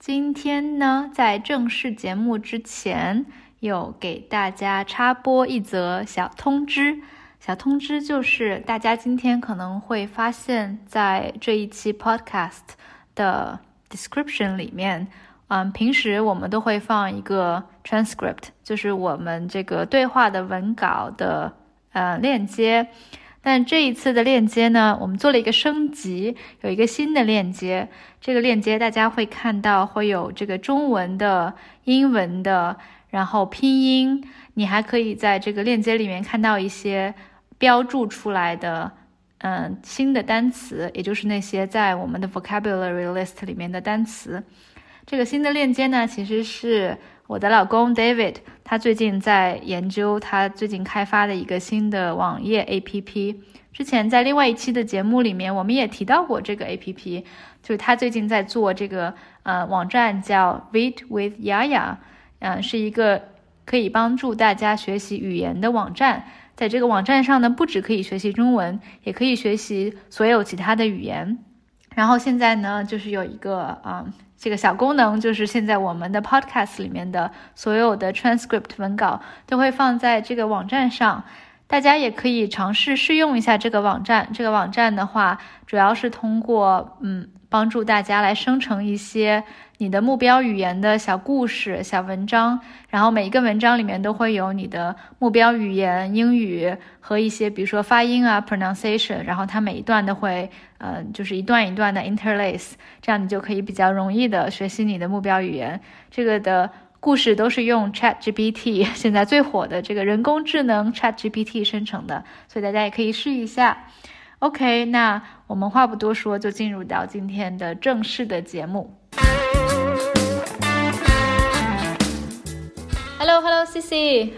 今天呢，在正式节目之前，有给大家插播一则小通知。小通知就是大家今天可能会发现在这一期 podcast 的 description 里面，平时我们都会放一个 transcript， 就是我们这个对话的文稿的链接。但这一次的链接呢，我们做了一个升级，有一个新的链接。这个链接大家会看到会有这个中文的、英文的，然后拼音。你还可以在这个链接里面看到一些标注出来的新的单词，也就是那些在我们的 vocabulary list 里面的单词。这个新的链接呢，其实是我的老公 David， 他最近在研究他最近开发的一个新的网页 APP。之前在另外一期的节目里面，我们也提到过这个 APP， 就是他最近在做这个网站叫 Read with Yaya， 是一个可以帮助大家学习语言的网站。在这个网站上呢，不只可以学习中文，也可以学习所有其他的语言。然后现在呢，就是有一个这个小功能，就是现在我们的 podcast 里面的所有的 transcript 文稿都会放在这个网站上，大家也可以尝试试用一下这个网站。这个网站的话，主要是通过帮助大家来生成一些你的目标语言的小故事、小文章，然后每一个文章里面都会有你的目标语言、英语和一些比如说发音啊 pronunciation， 然后它每一段都会就是一段一段的 interlace， 这样你就可以比较容易的学习你的目标语言。这个的故事都是用 ChatGPT 现在最火的这个人工智能 ChatGPT 生成的，所以大家也可以试一下。OK， 那我们话不多说，就进入到今天的正式的节目。Hello CC，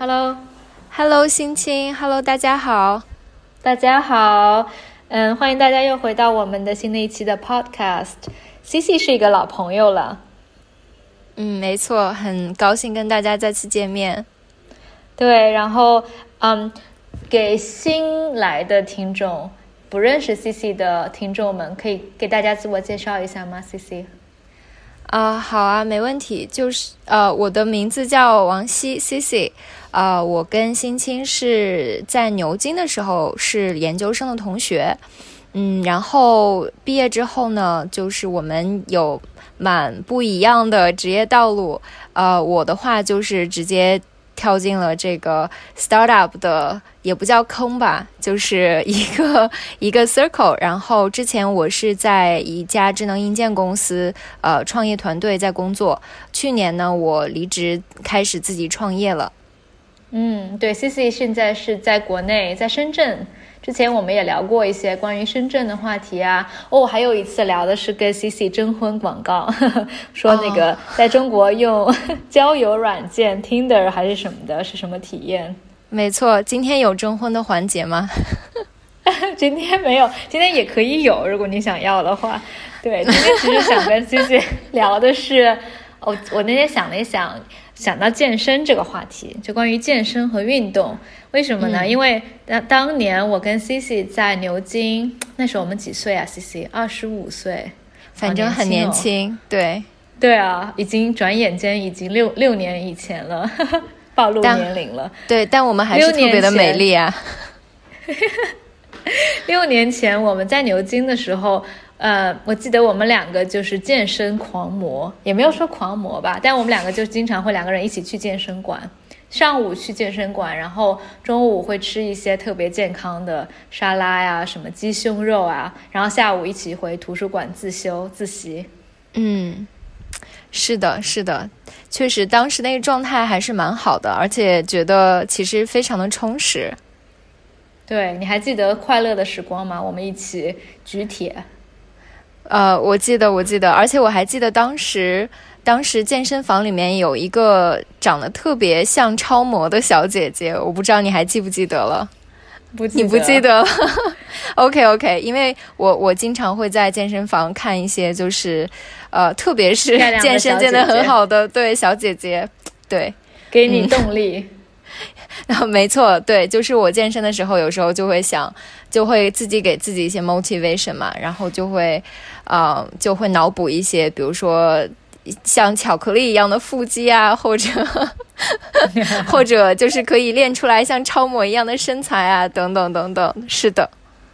Hello 心清 ，Hello 大家好， 大家好，欢迎大家又回到我们的新的一期的 podcast。CC 是一个老朋友了， 没错，很高兴跟大家再次见面。 对，然后给新来的听众，不认识 CC 的听众们，可以给大家自我介绍一下吗 ？CC？ 好啊，没问题。就是我的名字叫王希 CC，我跟心清是在牛津的时候是研究生的同学，然后毕业之后呢，就是我们有蛮不一样的职业道路。我的话就是直接跳进了这个 startup 的，也不叫坑吧，就是一个 circle。然后之前我是在一家智能硬件公司创业团队在工作。去年呢，我离职开始自己创业了。 对 ，CC 现在是在国内，在深圳。之前我们也聊过一些关于深圳的话题啊。还有一次聊的是跟 CC 征婚广告，说那个在中国用交友软件 Tinder 还是什么的，是什么体验？ 没错，今天有征婚的环节吗？ 今天没有，今天也可以有，如果你想要的话。对，今天其实想跟 CC 聊的是，我那天想了一想，想到健身这个话题，就关于健身和运动。为什么呢？因为当年我跟 CC 在牛津，那时候我们几岁啊 ？CC 25岁， 反正很年轻。 对啊，已经转眼间已经六年以前了，暴露年龄了。 对，但我们还是特别的美丽啊。 6年前我们在牛津的时候，我记得我们两个就是健身狂魔，也没有说狂魔吧，但我们两个就经常会两个人一起去健身馆。上午去健身馆，然后中午会吃一些特别健康的沙拉呀，什么鸡胸肉啊，然后下午一起回图书馆自习。 是的，确实当时那个状态还是蛮好的，而且觉得其实非常的充实。 对，你还记得快乐的时光吗？我们一起举铁。 我记得，而且我还记得当时健身房里面有一个长得特别像超模的小姐姐，我不知道你还记不记得了？你不记得？OK， 因为我经常会在健身房看一些，就是特别是健身健得很好的对小姐姐，对， 给你动力。 没错，对，就是我健身的时候，有时候就会自己给自己一些 motivation 嘛，然后就会脑补一些，比如说像巧克力一样的腹肌啊，或者就是可以练出来像超模一样的身材啊，等等等等。是的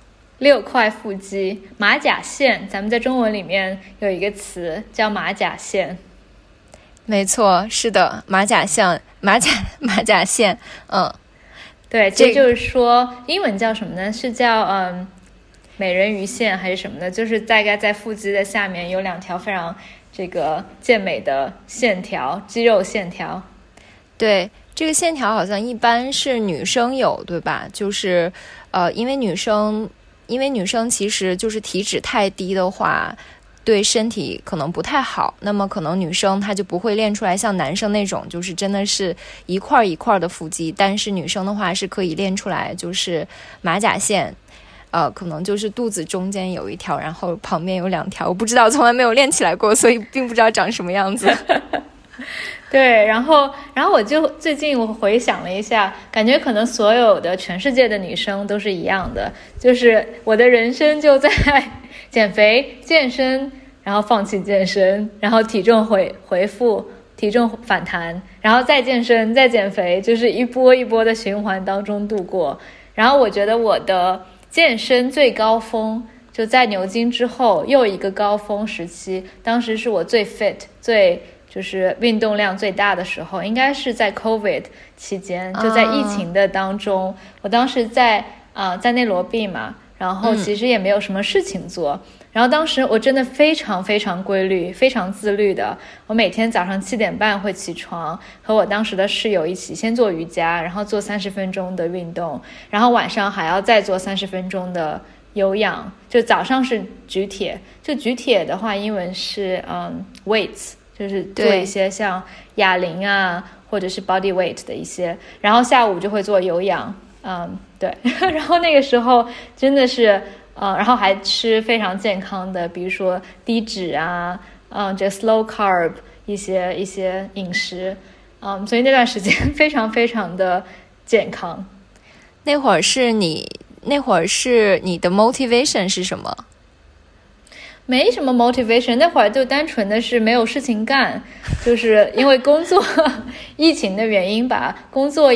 ，6块腹肌，马甲线，咱们在中文里面有一个词叫马甲线。 没错，是的，马甲线，马甲线， 对，这就是说英文叫什么呢？是叫美人鱼线还是什么的？就是大概在腹肌的下面有2条非常这个健美的线条，肌肉线条。 对，这个线条好像一般是女生有，对吧？就是因为女生其实就是体脂太低的话，对身体可能不太好，那么可能女生她就不会练出来像男生那种就是真的是一块一块的腹肌，但是女生的话是可以练出来就是马甲线，可能就是肚子中间有一条，然后旁边有2条，我不知道，从来没有练起来过，所以并不知道长什么样子。 对，然后我就最近我回想了一下，感觉可能所有的全世界的女生都是一样的，就是我的人生就在减肥、健身，然后放弃健身，然后体重回复，体重反弹，然后再健身、再减肥，就是一波一波的循环当中度过。然后我觉得我的健身最高峰就在牛津之后又一个高峰时期，当时是我最 fit 最就是运动量最大的时候，应该是在 COVID 期间，就在疫情的当中。我当时在内罗毕嘛，然后其实也没有什么事情做，然后当时我真的非常非常规律，非常自律的，我每天早上7点半会起床，和我当时的室友一起先做瑜伽，然后做30分钟的运动，然后晚上还要再做30分钟的有氧，就早上是举铁，就举铁的话英文是weights，就是做一些像哑铃啊或者是 body weight 的一些，然后下午就会做有氧，对然后那个时候真的是然后还吃非常健康的，比如说低脂啊，这 slow carb 一些饮食，所以那段时间非常非常的健康。 那会儿是你的 motivation 是什么？ 没什么 motivation， 那会儿就单纯的是没有事情干，就是因为工作疫情的原因吧，工作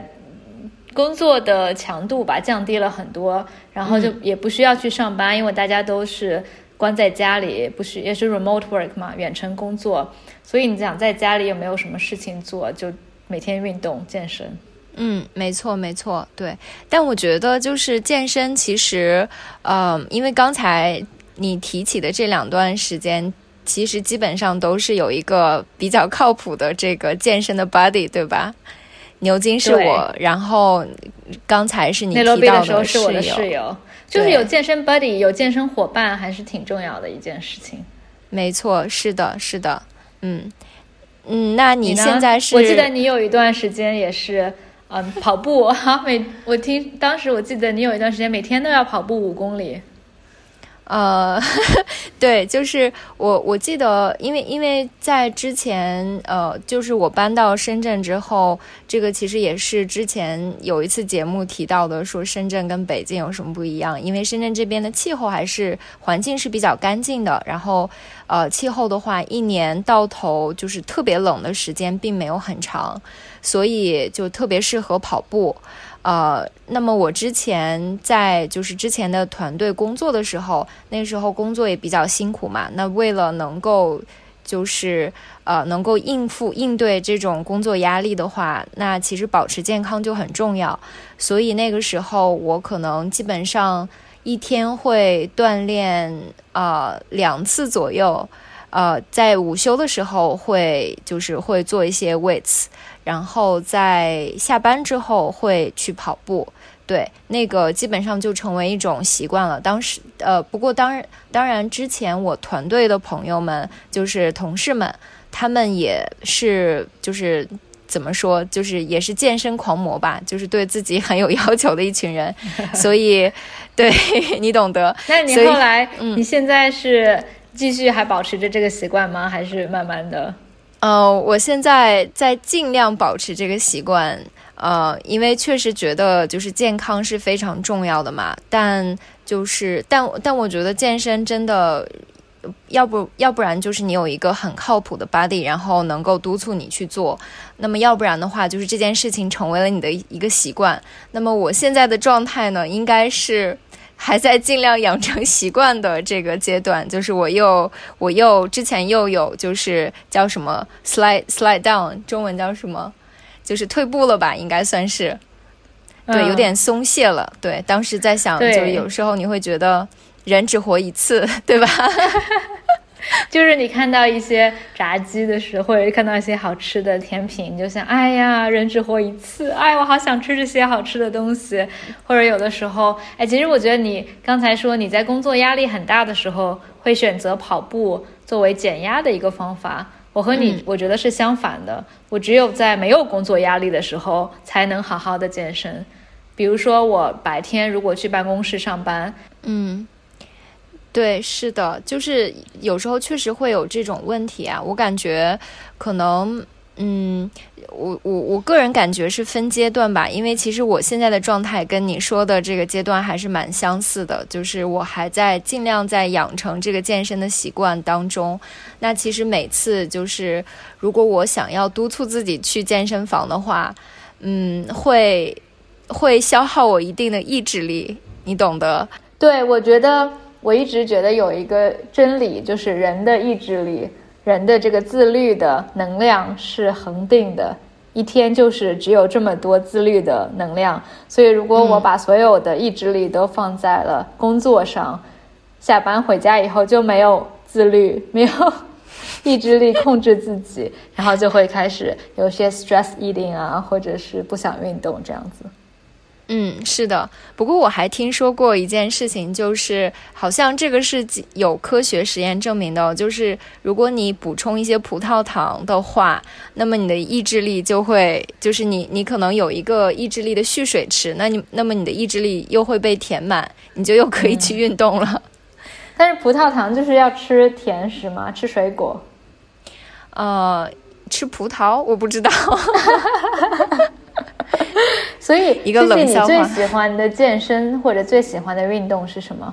的强度吧降低了很多，然后就也不需要去上班，因为大家都是关在家里，也是 remote work 嘛，远程工作，所以你想在家里又没有什么事情做，就每天运动健身。 没错，对。但我觉得就是健身其实因为刚才你提起的这2段时间其实基本上都是有一个比较靠谱的这个健身的 buddy， 对吧？牛津是我，然后刚才是你提到的室友，内罗毕的时候是我的室友，就是有健身 buddy 有健身伙伴还是挺重要的一件事情。 没错，是的那你现在是？ 我记得你有一段时间也是跑步当时我记得你有一段时间每天都要跑步5公里。 对，就是我记得，因为在之前就是我搬到深圳之后，这个其实也是之前有一次节目提到的，说深圳跟北京有什么不一样。因为深圳这边的气候还是环境是比较干净的，然后气候的话一年到头就是特别冷的时间并没有很长，所以就特别适合跑步。那么我之前的团队工作的时候，那时候工作也比较辛苦嘛，那为了能够能够应对这种工作压力的话，那其实保持健康就很重要。所以那个时候我可能基本上一天会锻炼2次左右，在午休的时候会做一些 weights， 然后在下班之后会去跑步。对，那个基本上就成为一种习惯了。不过当然之前我团队的朋友们，就是同事们，他们也是就是怎么说，就是也是健身狂魔吧，就是对自己很有要求的一群人，所以对你懂得。 那你后来你现在是继续还保持着这个习惯吗？还是慢慢的？ 我现在在尽量保持这个习惯。因为确实觉得就是健康是非常重要的嘛，但我觉得健身真的要不然就是你有一个很靠谱的 buddy， 然后能够督促你去做，那么要不然的话就是这件事情成为了你的一个习惯。那么我现在的状态呢，应该是还在尽量养成习惯的这个阶段，就是我之前又有就是叫什么 slide down， 中文叫什么，就是退步了吧，应该算是，对，有点松懈了。对，当时在想，就有时候你会觉得人只活一次，对吧？ 就是你看到一些炸鸡的时候，或者看到一些好吃的甜品，你就想，哎呀，人只活一次，哎，我好想吃这些好吃的东西。或者有的时候，其实我觉得你刚才说你在工作压力很大的时候会选择跑步作为减压的一个方法，我和你我觉得是相反的。我只有在没有工作压力的时候才能好好的健身。比如说我白天如果去办公室上班， 对，是的，就是有时候确实会有这种问题啊。我感觉可能我个人感觉是分阶段吧，因为其实我现在的状态跟你说的这个阶段还是蛮相似的，就是我还在尽量在养成这个健身的习惯当中。那其实每次就是如果我想要督促自己去健身房的话，会消耗我一定的意志力，你懂得。 对，我一直觉得有一个真理，就是人的意志力，人的这个自律的能量是恒定的，一天就是只有这么多自律的能量。所以如果我把所有的意志力都放在了工作上，下班回家以后就没有自律，没有意志力控制自己，然后就会开始有些 stress eating 啊，或者是不想运动这样子。 是的。不过我还听说过一件事情，就是好像这个是有科学实验证明的，就是如果你补充一些葡萄糖的话，那么你的意志力就会，就是你可能有一个意志力的蓄水池，那么你的意志力又会被填满，你就又可以去运动了。 但是葡萄糖就是要吃甜食吗？吃水果？ 吃葡萄我不知道。 所以一个冷笑话。 你最喜欢的健身或者最喜欢的运动是什么？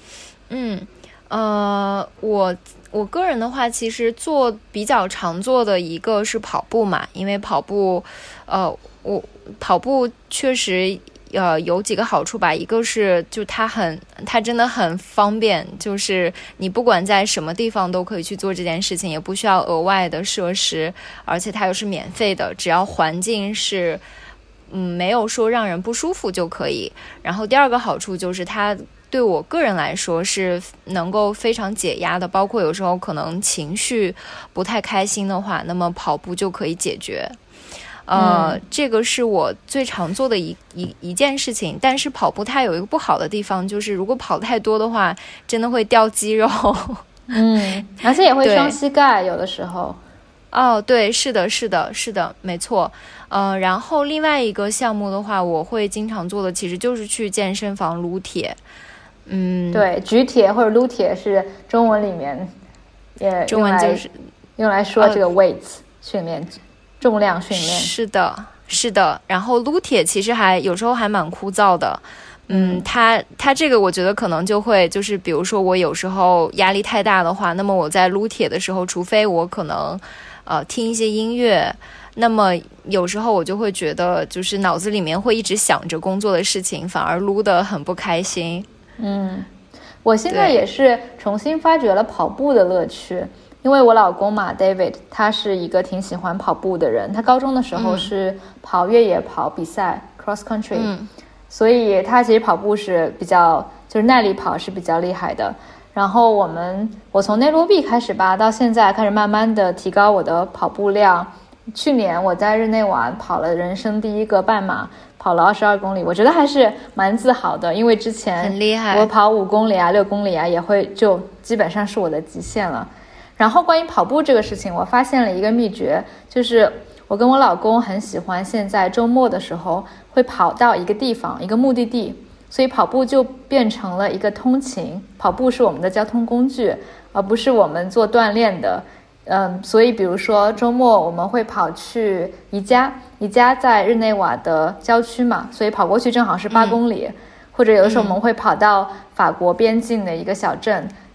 我个人的话，其实比较常做的一个是跑步嘛，因为跑步跑步确实有几个好处吧。一个是就它真的很方便，就是你不管在什么地方都可以去做这件事情，也不需要额外的设施，而且它又是免费的，只要环境是没有说让人不舒服就可以。然后第二个好处就是它对我个人来说是能够非常解压的，包括有时候可能情绪不太开心的话，那么跑步就可以解决。这个是我最常做的一件事情。但是跑步它有一个不好的地方，就是如果跑太多的话，真的会掉肌肉。 而且也会伤膝盖，有的时候。 对，是的，没错。然后另外一个项目的话，我会经常做的其实就是去健身房撸铁。 对，举铁或者撸铁是中文里面也中文就是用来说这个 weights 训练，重量训练。 是的。然后撸铁其实有时候还蛮枯燥的。它这个我觉得可能就是比如说我有时候压力太大的话，那么我在撸铁的时候，除非我可能听一些音乐，那么有时候我就会觉得就是脑子里面会一直想着工作的事情，反而撸得很不开心。 我现在也是重新发掘了跑步的乐趣，因为我老公嘛 David 他是一个挺喜欢跑步的人，他高中的时候是跑越野跑比赛 cross country，所以他其实跑步是比较就是耐力跑是比较厉害的。然后我从内罗毕开始吧，到现在开始慢慢的提高我的跑步量。去年我在日内瓦跑了人生第一个半马，跑了22公里，我觉得还是蛮自豪的，因为之前很厉害， 我跑5公里啊6公里啊也会就基本上是我的极限了。然后关于跑步这个事情，我发现了一个秘诀，就是我跟我老公很喜欢现在周末的时候会跑到一个地方，一个目的地，所以跑步就变成了一个通勤，跑步是我们的交通工具，而不是我们做锻炼的。所以比如说周末我们会跑去宜家在日内瓦的郊区嘛，所以跑过去正好是8公里，或者有的时候我们会跑到法国边境的一个小镇，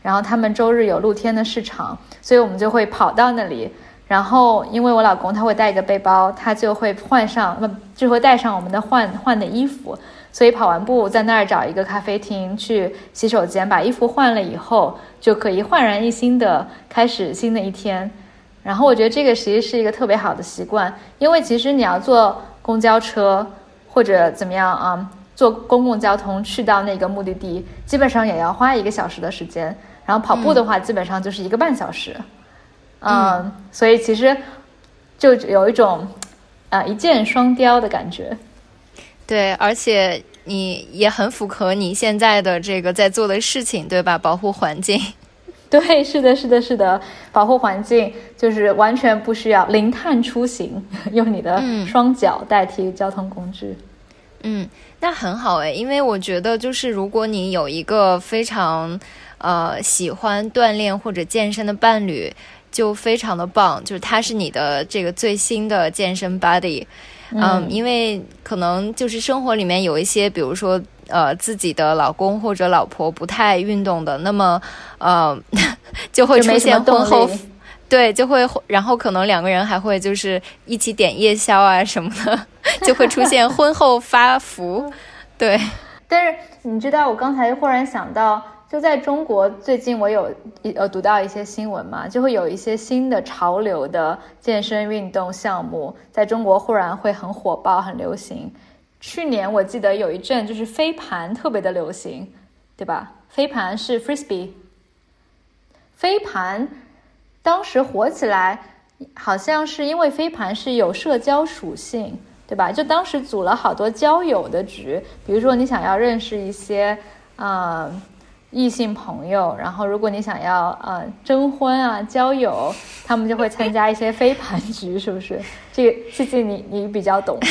然后他们周日有露天的市场，所以我们就会跑到那里。然后因为我老公他会带一个背包，他就会就会带上我们的换的衣服，所以跑完步在那儿找一个咖啡厅，去洗手间把衣服换了以后，就可以焕然一新的开始新的一天。然后我觉得这个其实是一个特别好的习惯，因为其实你要坐公交车或者怎么样啊，坐公共交通去到那个目的地，基本上也要花1个小时的时间，然后跑步的话基本上就是1个半小时。所以其实就有一种一箭双雕的感觉。 对，而且你也很符合你现在的这个在做的事情，对吧？保护环境。 对，是的，保护环境就是完全不需要零碳出行，用你的双脚代替交通工具。 那很好诶，因为我觉得就是如果你有一个非常喜欢锻炼或者健身的伴侣，就非常的棒，就是他是你的这个最新的健身 buddy。因为可能就是生活里面有一些，比如说自己的老公或者老婆不太运动的，那么就会出现婚后，对，就会，然后可能2个人还会就是一起点夜宵啊什么的，就会出现婚后发福。对， 但是你知道我刚才忽然想到，就在中国最近我有读到一些新闻嘛，就会有一些新的潮流的健身运动项目在中国忽然会很火爆很流行。去年我记得有一阵就是飞盘特别的流行，对吧？飞盘是 frisbee， 飞盘当时火起来好像是因为飞盘是有社交属性，对吧？就当时组了好多交友的局，比如说你想要认识一些异性朋友，然后如果你想要征婚啊交友，他们就会参加一些飞盘局，是不是？这个季季你比较懂。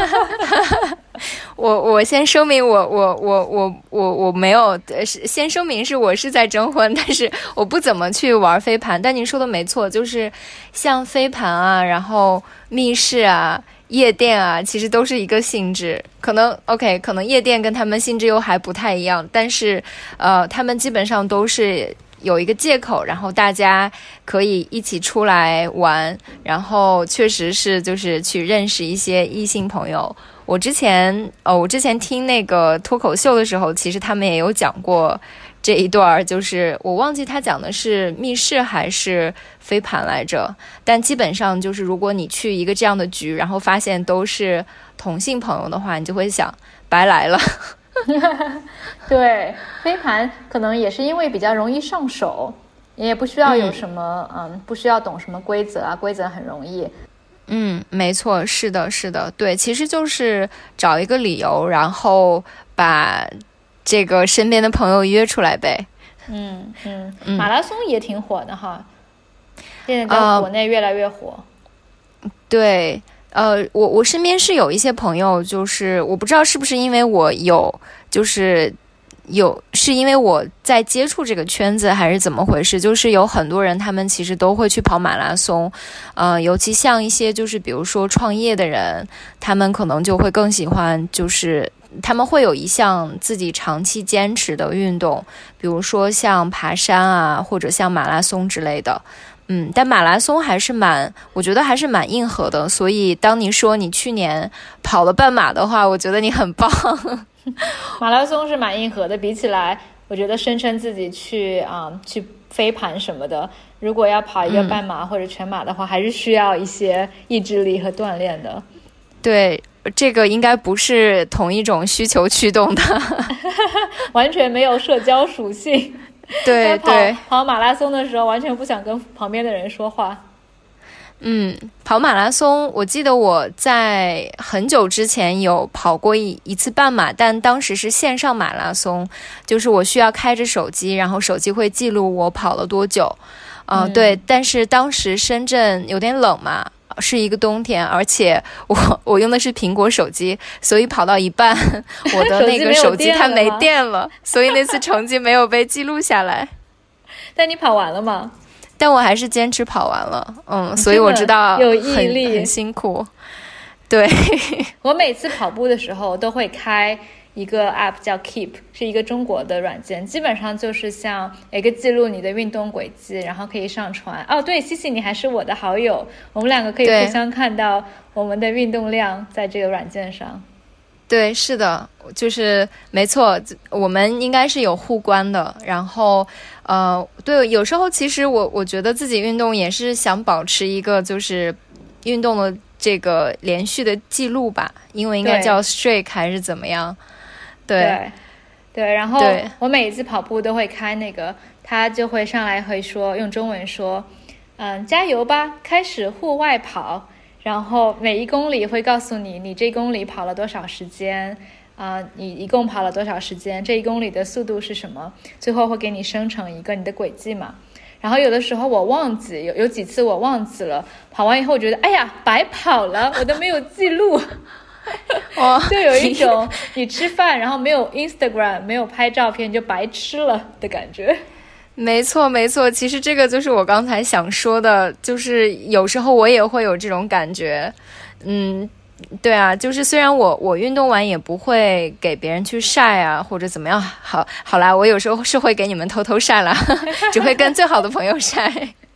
我先声明，我没有，先声明是我是在征婚，但是我不怎么去玩飞盘。但您说的没错，就是像飞盘啊，然后密室啊、夜店啊，其实都是一个性质。可能夜店跟他们性质又还不太一样，但是他们基本上都是有一个借口，然后大家可以一起出来玩，然后确实是就是去认识一些异性朋友。我之前听那个脱口秀的时候，其实他们也有讲过这一段，就是我忘记他讲的是密室还是飞盘来着，但基本上就是如果你去一个这样的局，然后发现都是同性朋友的话，你就会想白来了。 对，飞盘可能也是因为比较容易上手，也不需要有什么不需要懂什么规则啊，规则很容易。 没错，是的，对，其实就是找一个理由，然后把这个身边的朋友约出来呗。 马拉松也挺火的哈，现在在国内越来越火。 对，我身边是有一些朋友，就是我不知道是不是因为我是因为我在接触这个圈子还是怎么回事，就是有很多人他们其实都会去跑马拉松，尤其像一些就是比如说创业的人，他们可能就会更喜欢，就是他们会有一项自己长期坚持的运动，比如说像爬山啊，或者像马拉松之类的。但马拉松我觉得还是蛮硬核的，所以当你说你去年跑了半马的话，我觉得你很棒。 马拉松是蛮硬核的，比起来我觉得声称自己去飞盘什么的，如果要跑一个半马或者全马的话，还是需要一些意志力和锻炼的。 对，这个应该不是同一种需求驱动的。 完全没有社交属性。 对， 跑马拉松的时候完全不想跟旁边的人说话。 跑马拉松，我记得我在很久之前有跑过一次半马，但当时是线上马拉松，就是我需要开着手机，然后手机会记录我跑了多久。对，但是当时深圳有点冷嘛，是一个冬天，而且我用的是苹果手机，所以跑到一半，我的那个手机它没电了，所以那次成绩没有被记录下来。 但你跑完了吗？ 但我还是坚持跑完了，所以我知道有毅力， 很辛苦。对， 我每次跑步的时候都会开一个 app 叫 Keep， 是一个中国的软件，基本上就是像一个记录你的运动轨迹，然后可以上传。哦，对，西西你还是我的好友，我们两个可以互相看到我们的运动量在这个软件上。 对，是的，就是没错，我们应该是有互关的。然后对，有时候其实我觉得自己运动也是想保持一个就是运动的这个连续的记录吧，因为应该叫 streak 还是怎么样。对， 然后我每一次跑步都会开那个，他就会上来会说，用中文说加油吧，开始户外跑，然后每1公里会告诉你你这公里跑了多少时间你一共跑了多少时间，这1公里的速度是什么，最后会给你生成一个你的轨迹嘛。然后有的时候我忘记，有几次我忘记了，跑完以后我觉得哎呀白跑了，我都没有记录就有一种你吃饭然后没有 Instagram 没有拍照片就白吃了的感觉。 没错没错，其实这个就是我刚才想说的，就是有时候我也会有这种感觉。对啊，就是虽然我运动完也不会给别人去晒啊或者怎么样，好啦，我有时候是会给你们偷偷晒啦只会跟最好的朋友晒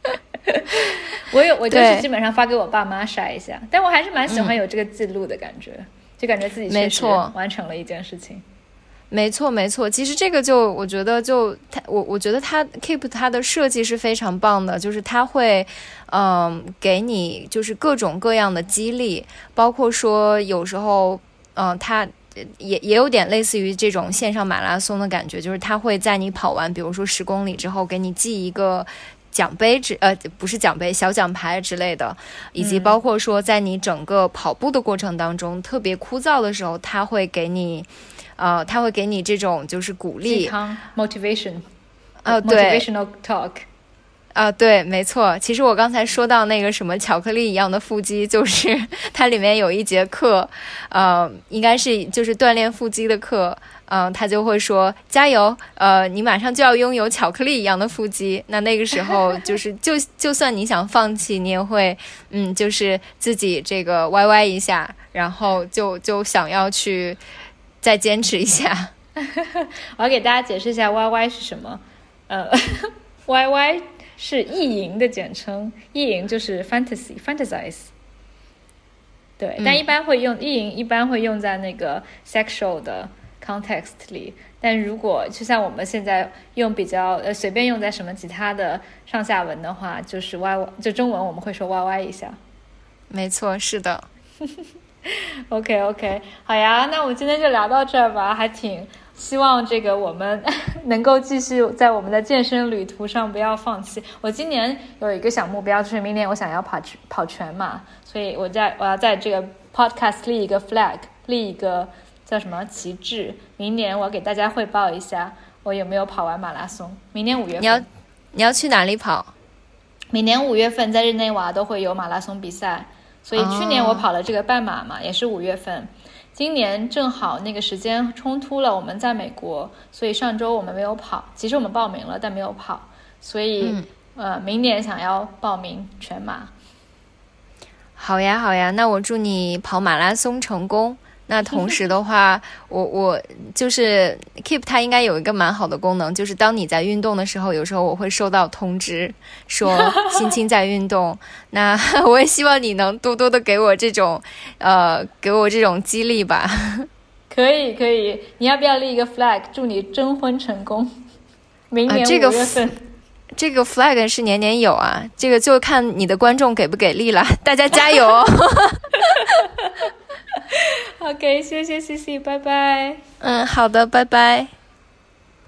我就是基本上发给我爸妈晒一下，但我还是蛮喜欢有这个记录的感觉，就感觉自己确实完成了一件事情。 没错没错，其实这个就我觉得就我觉得它 Keep 它的设计是非常棒的，就是它会给你就是各种各样的激励，包括说有时候它也有点类似于这种线上马拉松的感觉，就是它会在你跑完比如说10公里之后给你寄一个奖杯不是奖杯，小奖牌之类的，以及包括说在你整个跑步的过程当中特别枯燥的时候，它会给你这种就是鼓励， 鸡汤 motivation 对 motivational talk 对，没错。其实我刚才说到那个什么巧克力一样的腹肌，就是它里面有一节课应该是就是锻炼腹肌的课，他就会说加油，你马上就要拥有巧克力一样的腹肌。那个时候就是就算你想放弃，你也会就是自己这个歪歪一下，然后就想要去再坚持一下我要给大家解释一下 YY 是什么。YY 是意淫的简称，意淫就是 fantasize。 对，但一般会用意淫，一般会用在那个 sexual 的 context 里，但如果就像我们现在用比较随便用在什么其他的上下文的话，就是 YY， 就中文我们会说 YY 一下。 没错，是的 OK， 好呀，那我们今天就聊到这儿吧，还挺希望这个我们能够继续在我们的健身旅途上不要放弃。我今年有一个小目标，就是明年我想要跑全马，所以我要在这个 podcast 立一个 flag， 立一个叫什么旗帜，明年我要给大家汇报一下我有没有跑完马拉松。明年5月份你要去哪里跑？ 明年5月份在日内瓦都会有马拉松比赛，所以去年我跑了这个半马嘛，也是5月份。今年正好那个时间冲突了，我们在美国，所以上周我们没有跑。其实我们报名了，但没有跑，所以明年想要报名全马。 好呀，那我祝你跑马拉松成功。那同时的话我就是 Keep 它应该有一个蛮好的功能，就是当你在运动的时候，有时候我会收到通知说青青在运动那我也希望你能多多的给我这种激励吧。 可以，你要不要立一个 flag， 祝你征婚成功，明年5月份这个 flag 是年年有啊，这个就看你的观众给不给力了，大家加油哦 OK， 谢谢 CC， 拜拜。 好的，拜拜。